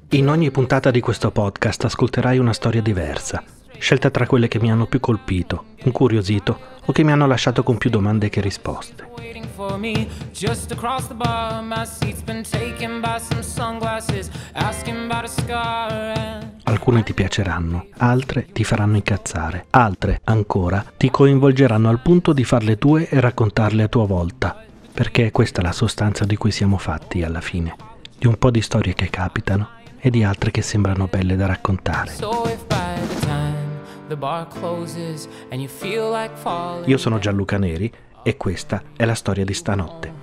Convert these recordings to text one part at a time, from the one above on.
In ogni puntata di questo podcast ascolterai una storia diversa, scelta tra quelle che mi hanno più colpito, incuriosito o che mi hanno lasciato con più domande che risposte. Alcune ti piaceranno, altre ti faranno incazzare, altre, ancora, ti coinvolgeranno al punto di farle tue e raccontarle a tua volta, perché è questa la sostanza di cui siamo fatti alla fine, di un po' di storie che capitano e di altre che sembrano belle da raccontare. Io sono Gianluca Neri e questa è la storia di stanotte.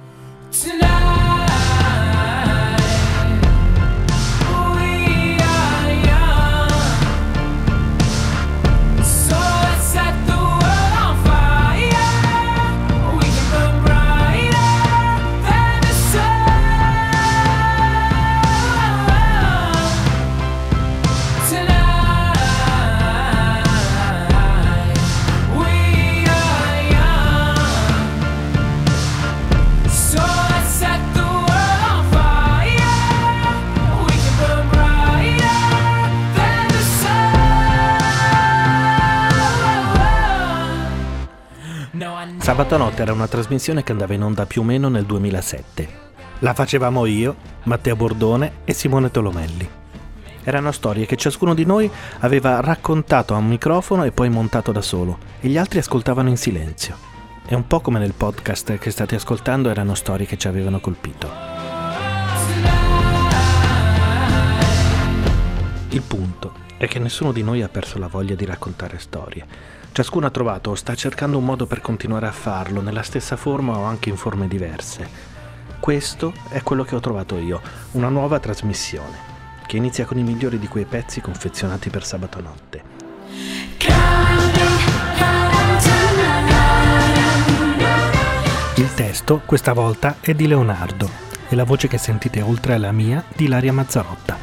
Sabato notte era una trasmissione che andava in onda più o meno nel 2007. La facevamo io, Matteo Bordone e Simone Tolomelli. Erano storie che ciascuno di noi aveva raccontato a un microfono e poi montato da solo, e gli altri ascoltavano in silenzio. È un po' come nel podcast che state ascoltando, erano storie che ci avevano colpito. Il punto è che nessuno di noi ha perso la voglia di raccontare storie. Ciascuno ha trovato o sta cercando un modo per continuare a farlo, nella stessa forma o anche in forme diverse. Questo è quello che ho trovato io, una nuova trasmissione, che inizia con i migliori di quei pezzi confezionati per sabato notte. Il testo, questa volta, è di Leonardo, e la voce che sentite oltre alla mia, di Ilaria Mazzarotta.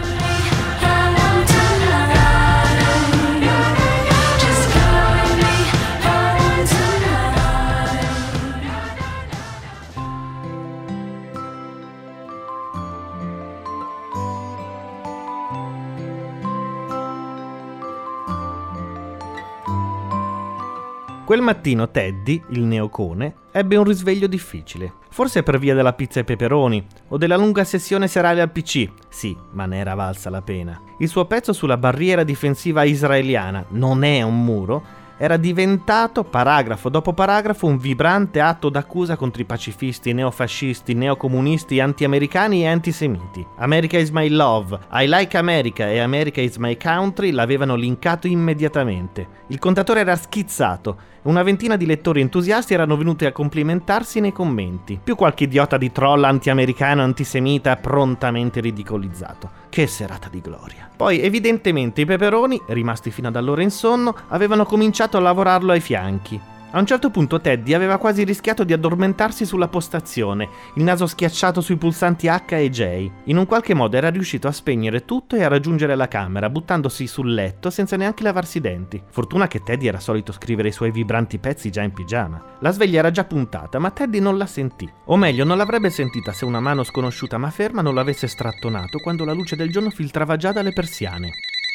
Quel mattino Teddy, il neocone, ebbe un risveglio difficile. Forse per via della pizza ai peperoni o della lunga sessione serale al PC. Sì, ma ne era valsa la pena. Il suo pezzo sulla barriera difensiva israeliana, non è un muro, era diventato, paragrafo dopo paragrafo, un vibrante atto d'accusa contro i pacifisti, neofascisti, neocomunisti, anti-americani e antisemiti. America is my love, I like America e America is my country l'avevano linkato immediatamente. Il contatore era schizzato. Una ventina di lettori entusiasti erano venuti a complimentarsi nei commenti. Più qualche idiota di troll anti-americano antisemita prontamente ridicolizzato. Che serata di gloria. Poi evidentemente i peperoni, rimasti fino ad allora in sonno, avevano cominciato a lavorarlo ai fianchi. A un certo punto Teddy aveva quasi rischiato di addormentarsi sulla postazione, il naso schiacciato sui pulsanti H e J. In un qualche modo era riuscito a spegnere tutto e a raggiungere la camera, buttandosi sul letto senza neanche lavarsi i denti. Fortuna che Teddy era solito scrivere i suoi vibranti pezzi già in pigiama. La sveglia era già puntata, ma Teddy non la sentì. O meglio, non l'avrebbe sentita se una mano sconosciuta ma ferma non l'avesse strattonato quando la luce del giorno filtrava già dalle persiane.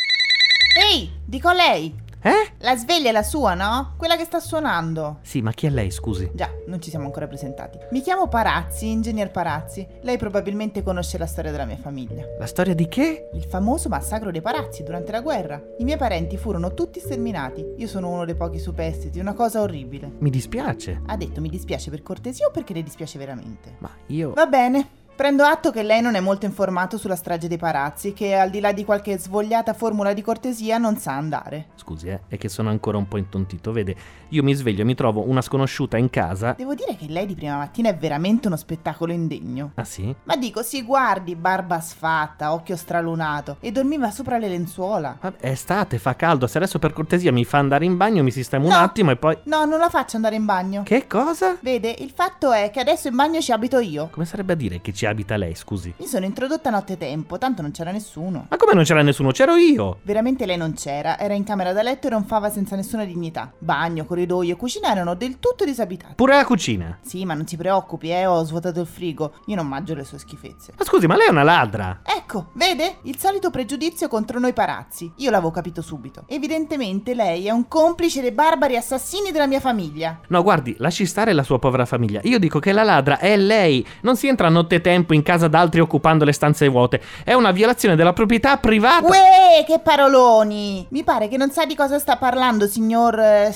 Ehi, dico lei! Eh? La sveglia è la sua, no? Quella che sta suonando. Sì, ma chi è lei, scusi? Già, non ci siamo ancora presentati. Mi chiamo Parazzi, ingegner Parazzi. Lei probabilmente conosce la storia della mia famiglia. La storia di che? Il famoso massacro dei Parazzi durante la guerra. I miei parenti furono tutti sterminati. Io sono uno dei pochi superstiti, una cosa orribile. Mi dispiace. Ha detto mi dispiace per cortesia o perché le dispiace veramente? Ma io... Va bene. Prendo atto che lei non è molto informato sulla strage dei Parazzi, che al di là di qualche svogliata formula di cortesia non sa andare. Scusi, è che sono ancora un po' intontito. Vede, io mi sveglio e mi trovo una sconosciuta in casa. Devo dire che lei di prima mattina è veramente uno spettacolo indegno. Ah sì? Ma dico, si guardi, barba sfatta, occhio stralunato, e dormiva sopra le lenzuola. Vabbè, è estate, fa caldo, se adesso per cortesia mi fa andare in bagno, mi sistemo un attimo e poi... No, non la faccio andare in bagno. Che cosa? Vede, il fatto è che adesso in bagno ci abito io. Come sarebbe a dire che ci abita lei, scusi? Mi sono introdotta nottetempo, tanto non c'era nessuno. Ma come non c'era nessuno? C'ero io! Veramente lei non c'era, era in camera da letto e ronfava senza nessuna dignità. Bagno, corridoio e cucina erano del tutto disabitati. Pure la cucina. Sì, ma non si preoccupi, ho svuotato il frigo. Io non mangio le sue schifezze. Ma scusi, ma lei è una ladra! Ecco, vede? Il solito pregiudizio contro noi parazzi. Io l'avevo capito subito. Evidentemente lei è un complice dei barbari assassini della mia famiglia. No, guardi, lasci stare la sua povera famiglia. Io dico che la ladra è lei. Non si entra a nottetempo in casa d'altri occupando le stanze vuote. È una violazione della proprietà privata. Uè, che paroloni! Mi pare che non sa di cosa sta parlando, signor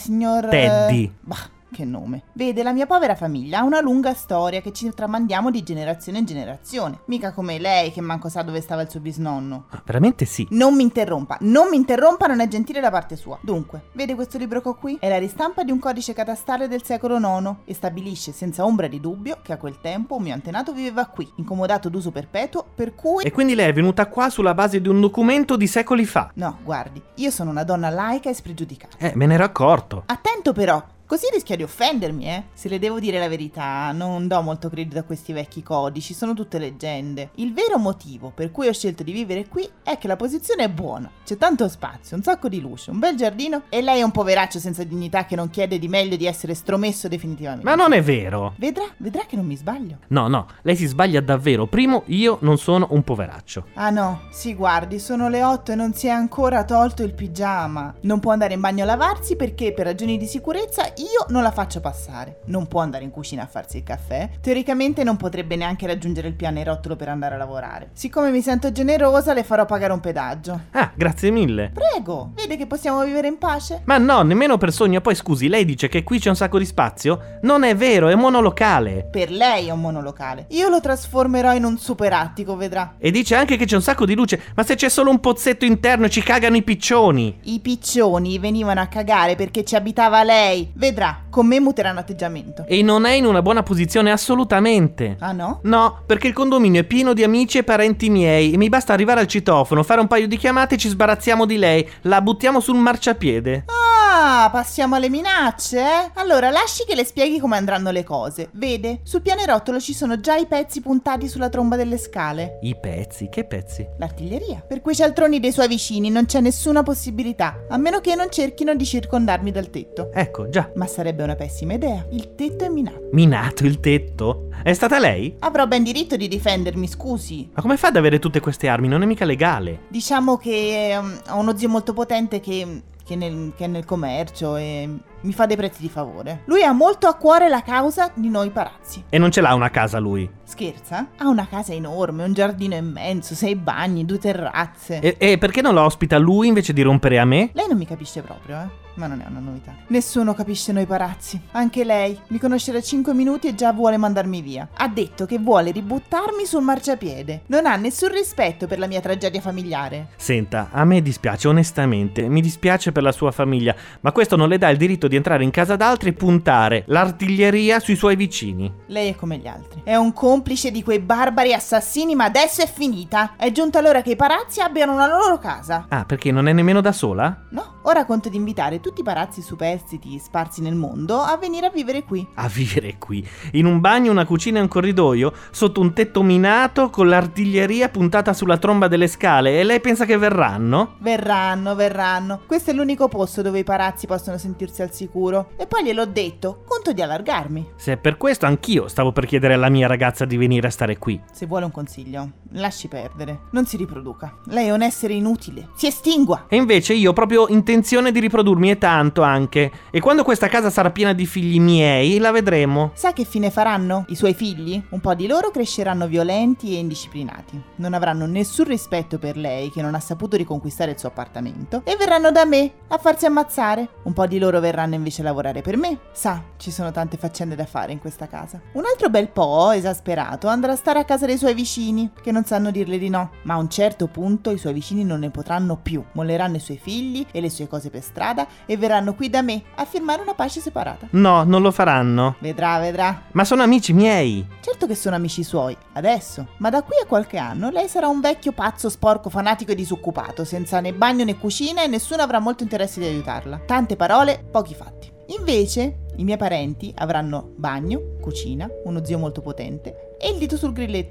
Teddy. Bah, che nome. Vede, la mia povera famiglia ha una lunga storia che ci tramandiamo di generazione in generazione. Mica come lei che manco sa dove stava il suo bisnonno. Veramente sì. Non mi interrompa, non è gentile da parte sua. Dunque, vede questo libro qui? È la ristampa di un codice catastale del secolo IX e stabilisce senza ombra di dubbio che a quel tempo un mio antenato viveva qui, incomodato d'uso perpetuo, per cui... E quindi lei è venuta qua sulla base di un documento di secoli fa? No, guardi, io sono una donna laica e spregiudicata. Me ne ero accorto. Attento però! Così rischia di offendermi, Se le devo dire la verità, non do molto credito a questi vecchi codici, sono tutte leggende. Il vero motivo per cui ho scelto di vivere qui è che la posizione è buona. C'è tanto spazio, un sacco di luce, un bel giardino e lei è un poveraccio senza dignità che non chiede di meglio di essere stromesso definitivamente. Ma non è vero! Vedrà che non mi sbaglio. No, lei si sbaglia davvero. Primo, io non sono un poveraccio. Ah no, sì guardi, sono le 8 e non si è ancora tolto il pigiama. Non può andare in bagno a lavarsi perché per ragioni di sicurezza io non la faccio passare. Non può andare in cucina a farsi il caffè. Teoricamente non potrebbe neanche raggiungere il pianerottolo per andare a lavorare. Siccome mi sento generosa, le farò pagare un pedaggio. Ah, grazie mille. Prego, vede che possiamo vivere in pace? Ma no, nemmeno per sogno. Poi scusi, lei dice che qui c'è un sacco di spazio? Non è vero, è monolocale. Per lei è un monolocale. Io lo trasformerò in un super attico, vedrà. E dice anche che c'è un sacco di luce. Ma se c'è solo un pozzetto interno e ci cagano i piccioni. I piccioni venivano a cagare perché ci abitava lei. Vedrà, con me muteranno atteggiamento. E non è in una buona posizione assolutamente. Ah no? No, perché il condominio è pieno di amici e parenti miei e mi basta arrivare al citofono, fare un paio di chiamate e ci sbarazziamo di lei. La buttiamo sul marciapiede. Ah, passiamo alle minacce, Allora lasci che le spieghi come andranno le cose. Vede, sul pianerottolo ci sono già i pezzi puntati sulla tromba delle scale. I pezzi? Che pezzi? L'artiglieria. Per quei cialtroni dei suoi vicini non c'è nessuna possibilità, a meno che non cerchino di circondarmi dal tetto. Ecco, già. Ma sarebbe una pessima idea. Il tetto è minato. Minato il tetto? È stata lei? Avrò ben diritto di difendermi, scusi. Ma come fa ad avere tutte queste armi? Non è mica legale. Diciamo che ho uno zio molto potente che è nel commercio e mi fa dei prezzi di favore. Lui ha molto a cuore la causa di noi parazzi. E non ce l'ha una casa lui? Scherza? Ha una casa enorme, un giardino immenso, 6 bagni, 2 terrazze. E perché non la ospita lui invece di rompere a me? Lei non mi capisce proprio, ma non è una novità. Nessuno capisce noi parazzi. Anche lei. Mi conosce da 5 minuti e già vuole mandarmi via. Ha detto che vuole ributtarmi sul marciapiede. Non ha nessun rispetto per la mia tragedia familiare. Senta, a me dispiace, onestamente. Mi dispiace per la sua famiglia, ma questo non le dà il diritto di entrare in casa d'altri e puntare l'artiglieria sui suoi vicini. Lei è come gli altri. È un complice di quei barbari assassini, ma adesso è finita. È giunta l'ora che i parazzi abbiano una loro casa. Ah, perché non è nemmeno da sola? No, ora conto di invitare tutti i parazzi superstiti sparsi nel mondo a venire a vivere qui. A vivere qui? In un bagno, una cucina e un corridoio? Sotto un tetto minato con l'artiglieria puntata sulla tromba delle scale? E lei pensa che verranno? Verranno. Questo è l'unico posto dove i parazzi possono sentirsi al sicuro. E poi gliel'ho detto, conto di allargarmi. Se è per questo, anch'io stavo per chiedere alla mia ragazza di venire a stare qui. Se vuole un consiglio, lasci perdere. Non si riproduca. Lei è un essere inutile. Si estingua. E invece io ho proprio intenzione di riprodurmi, e tanto anche. E quando questa casa sarà piena di figli miei, la vedremo. Sa che fine faranno i suoi figli? Un po' di loro cresceranno violenti e indisciplinati. Non avranno nessun rispetto per lei, che non ha saputo riconquistare il suo appartamento, e verranno da me a farsi ammazzare. Un po' di loro verranno invece a lavorare per me. Sa, ci sono tante faccende da fare in questa casa. Un altro bel po', esasperato, andrà a stare a casa dei suoi vicini, che non sanno dirle di no. Ma a un certo punto i suoi vicini non ne potranno più. Molleranno i suoi figli e le sue cose per strada e verranno qui da me a firmare una pace separata. No, non lo faranno. Vedrà. Ma sono amici miei. Certo che sono amici suoi, adesso. Ma da qui a qualche anno lei sarà un vecchio pazzo, sporco, fanatico e disoccupato, senza né bagno né cucina, e nessuno avrà molto interesse di aiutarla. Tante parole, pochi fatti. Invece, i miei parenti avranno bagno, cucina, uno zio molto potente e il dito sul grilletto.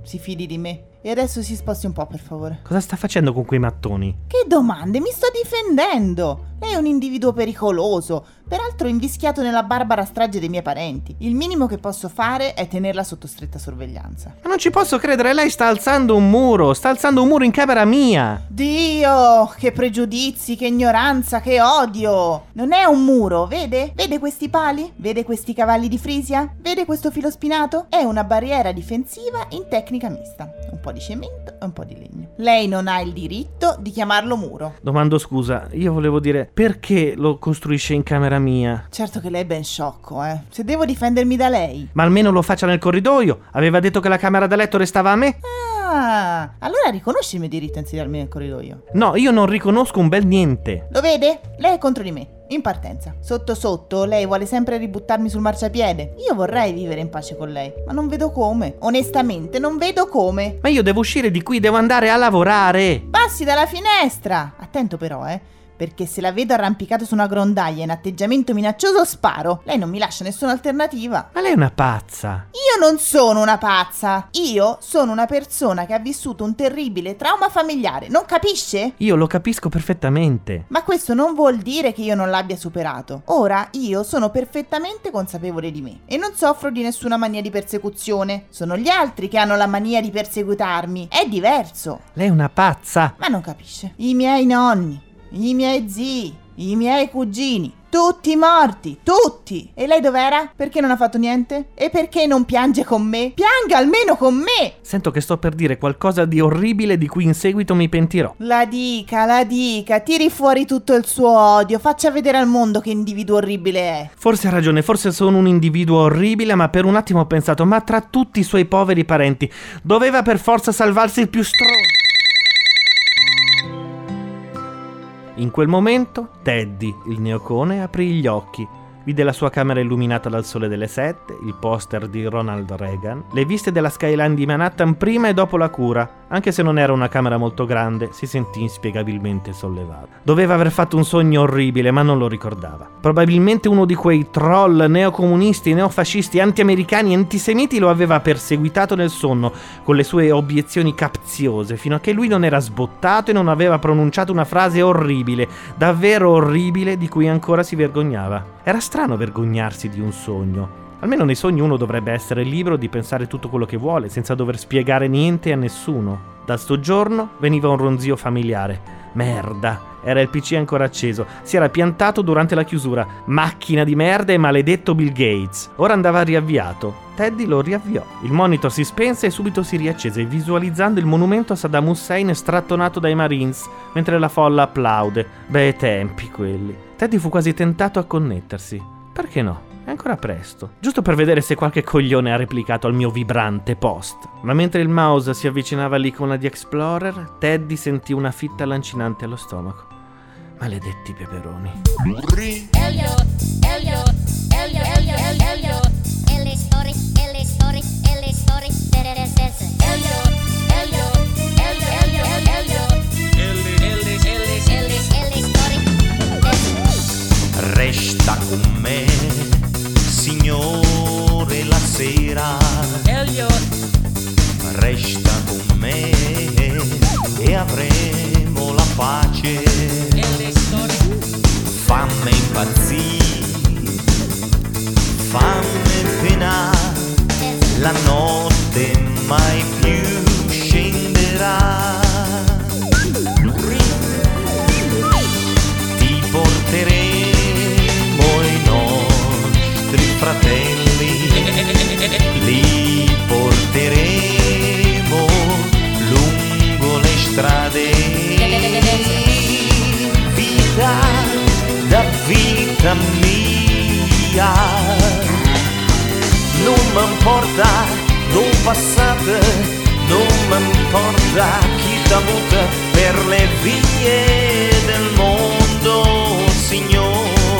si fidi di me. E adesso si sposti un po', per favore. Cosa sta facendo con quei mattoni? Che domande? Mi sto difendendo! Lei è un individuo pericoloso, peraltro invischiato nella barbara strage dei miei parenti. Il minimo che posso fare è tenerla sotto stretta sorveglianza. Ma non ci posso credere, lei sta alzando un muro in camera mia! Dio, che pregiudizi, che ignoranza, che odio! Non è un muro, vede? Vede questi pali? Vede questi cavalli di Frisia? Vede questo filo spinato? È una barriera difensiva in tecnica mista. Un po' di cemento e un po' di legno. Lei non ha il diritto di chiamarlo muro. Domando scusa, io volevo dire, perché lo costruisce in camera mia? Certo che lei è ben sciocco, se devo difendermi da lei. Ma almeno lo faccia nel corridoio. Aveva detto che la camera da letto restava a me? Ah, allora riconosce il mio diritto a insediarmi nel corridoio. No, io non riconosco un bel niente. Lo vede? Lei è contro di me. In partenza. Sotto sotto lei vuole sempre ributtarmi sul marciapiede. Io vorrei vivere in pace con lei, ma non vedo come. Onestamente non vedo come. Ma io devo uscire di qui, devo andare a lavorare. Passi dalla finestra. Attento però, perché se la vedo arrampicato su una grondaia in atteggiamento minaccioso sparo. Lei non mi lascia nessuna alternativa. Ma lei è una pazza. Io non sono una pazza. Io sono una persona che ha vissuto un terribile trauma familiare. Non capisce? Io lo capisco perfettamente. Ma questo non vuol dire che io non l'abbia superato. Ora io sono perfettamente consapevole di me e non soffro di nessuna mania di persecuzione. Sono gli altri che hanno la mania di perseguitarmi. È diverso. Lei è una pazza. Ma non capisce. I miei nonni, i miei zii, i miei cugini, tutti morti, tutti! E lei dov'era? Perché non ha fatto niente? E perché non piange con me? Pianga almeno con me! Sento che sto per dire qualcosa di orribile di cui in seguito mi pentirò. La dica, tiri fuori tutto il suo odio, faccia vedere al mondo che individuo orribile è. Forse ha ragione, forse sono un individuo orribile, ma per un attimo ho pensato, ma tra tutti i suoi poveri parenti, doveva per forza salvarsi il più stronzo. In quel momento, Teddy, il neocone, aprì gli occhi. Vide la sua camera illuminata dal sole delle 7, il poster di Ronald Reagan, le viste della skyline di Manhattan prima e dopo la cura. Anche se non era una camera molto grande, si sentì inspiegabilmente sollevato. Doveva aver fatto un sogno orribile, ma non lo ricordava. Probabilmente uno di quei troll neocomunisti, neofascisti, anti-americani, antisemiti lo aveva perseguitato nel sonno, con le sue obiezioni capziose, fino a che lui non era sbottato e non aveva pronunciato una frase orribile, davvero orribile, di cui ancora si vergognava. Era strano vergognarsi di un sogno. Almeno nei sogni uno dovrebbe essere libero di pensare tutto quello che vuole, senza dover spiegare niente a nessuno. Da sto giorno veniva un ronzio familiare. Merda, era il PC ancora acceso. Si era piantato durante la chiusura. Macchina di merda e maledetto Bill Gates. Ora andava riavviato. Teddy lo riavviò. Il monitor si spense e subito si riaccese, visualizzando il monumento a Saddam Hussein strattonato dai Marines, mentre la folla applaude. Bei tempi quelli. Teddy fu quasi tentato a connettersi. Perché no? È ancora presto, giusto per vedere se qualche coglione ha replicato al mio vibrante post. Ma mentre il mouse si avvicinava all'icona di Explorer, Teddy sentì una fitta lancinante allo stomaco. Maledetti peperoni. Resta con me, Signore, la sera. Resta con me e avremo la pace. Fammi impazzire, fammi penare, la notte mai più scenderà. Ti porteremo i nostri fratelli, li porteremo lungo le strade. Vita da vita mia, non m'importa dove passate, non m'importa chi t'ha avuto per le vie del mondo, Signore.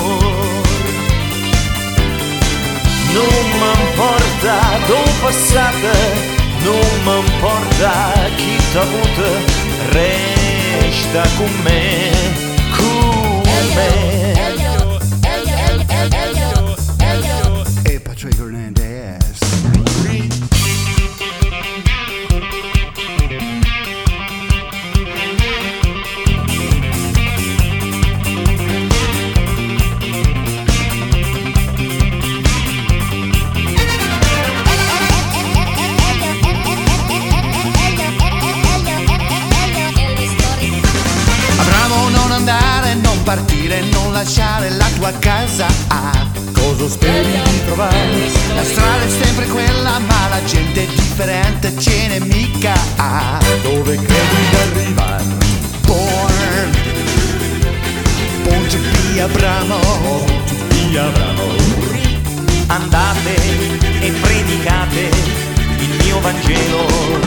Non m'importa dove passate, non m'importa chi t'ha avuto, resta con me, con me. Hey, Patrick Hernandez. e non lasciare la tua casa. Cosa speri di trovare? La strada è sempre quella, ma la gente è differente, ce n'è mica. Dove credi di arrivare? Born to be Abramo. Andate e predicate il mio Vangelo,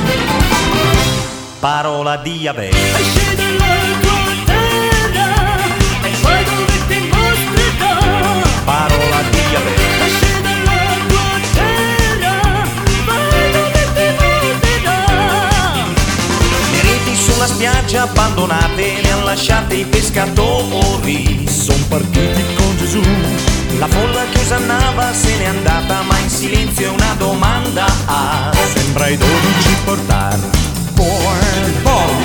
parola di Yahweh. Esci dalla tua terra e vai dove ti mostrerà, Parola di Yahweh. esci dalla tua terra, vai dove ti mostrerà. Le reti sulla spiaggia abbandonate le han lasciate i pescatori. Son partiti con Gesù. La folla che osannava se n'è andata, ma in silenzio è una domanda. Sembra i 12 portar. Born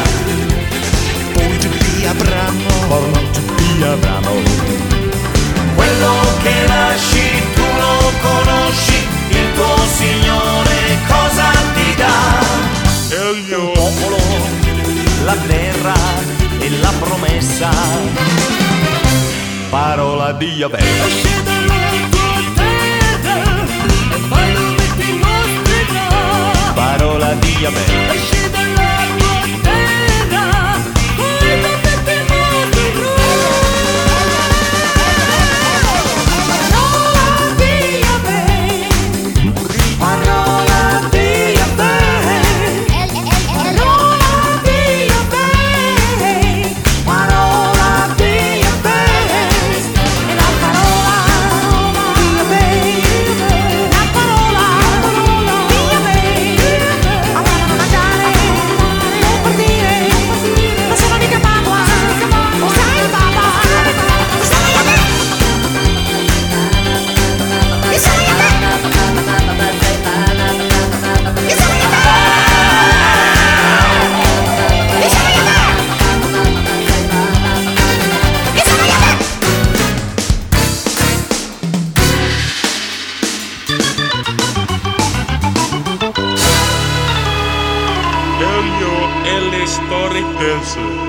to be Abramo. Quello che nasci tu lo conosci, il tuo Signore cosa ti dà? Il popolo, la terra e la promessa, parola di Yahweh. Esci dalla tua terra e vai dove ti mostrerà, Parola di Yahweh. esci dalla tua terra, vai dove ti mostrerà. Parola di Yahweh, parola di Yahweh, parola di Yahweh, parola di Yahweh, e la parola di Yahweh, la parola di Yahweh, amano mangiare, non partire, non sono mica Papua, non sai il Papa, sono Yahweh, io sono Yahweh, io sono Yahweh, io sono Yahweh, io sono Yahweh. Elio e le Storytellers.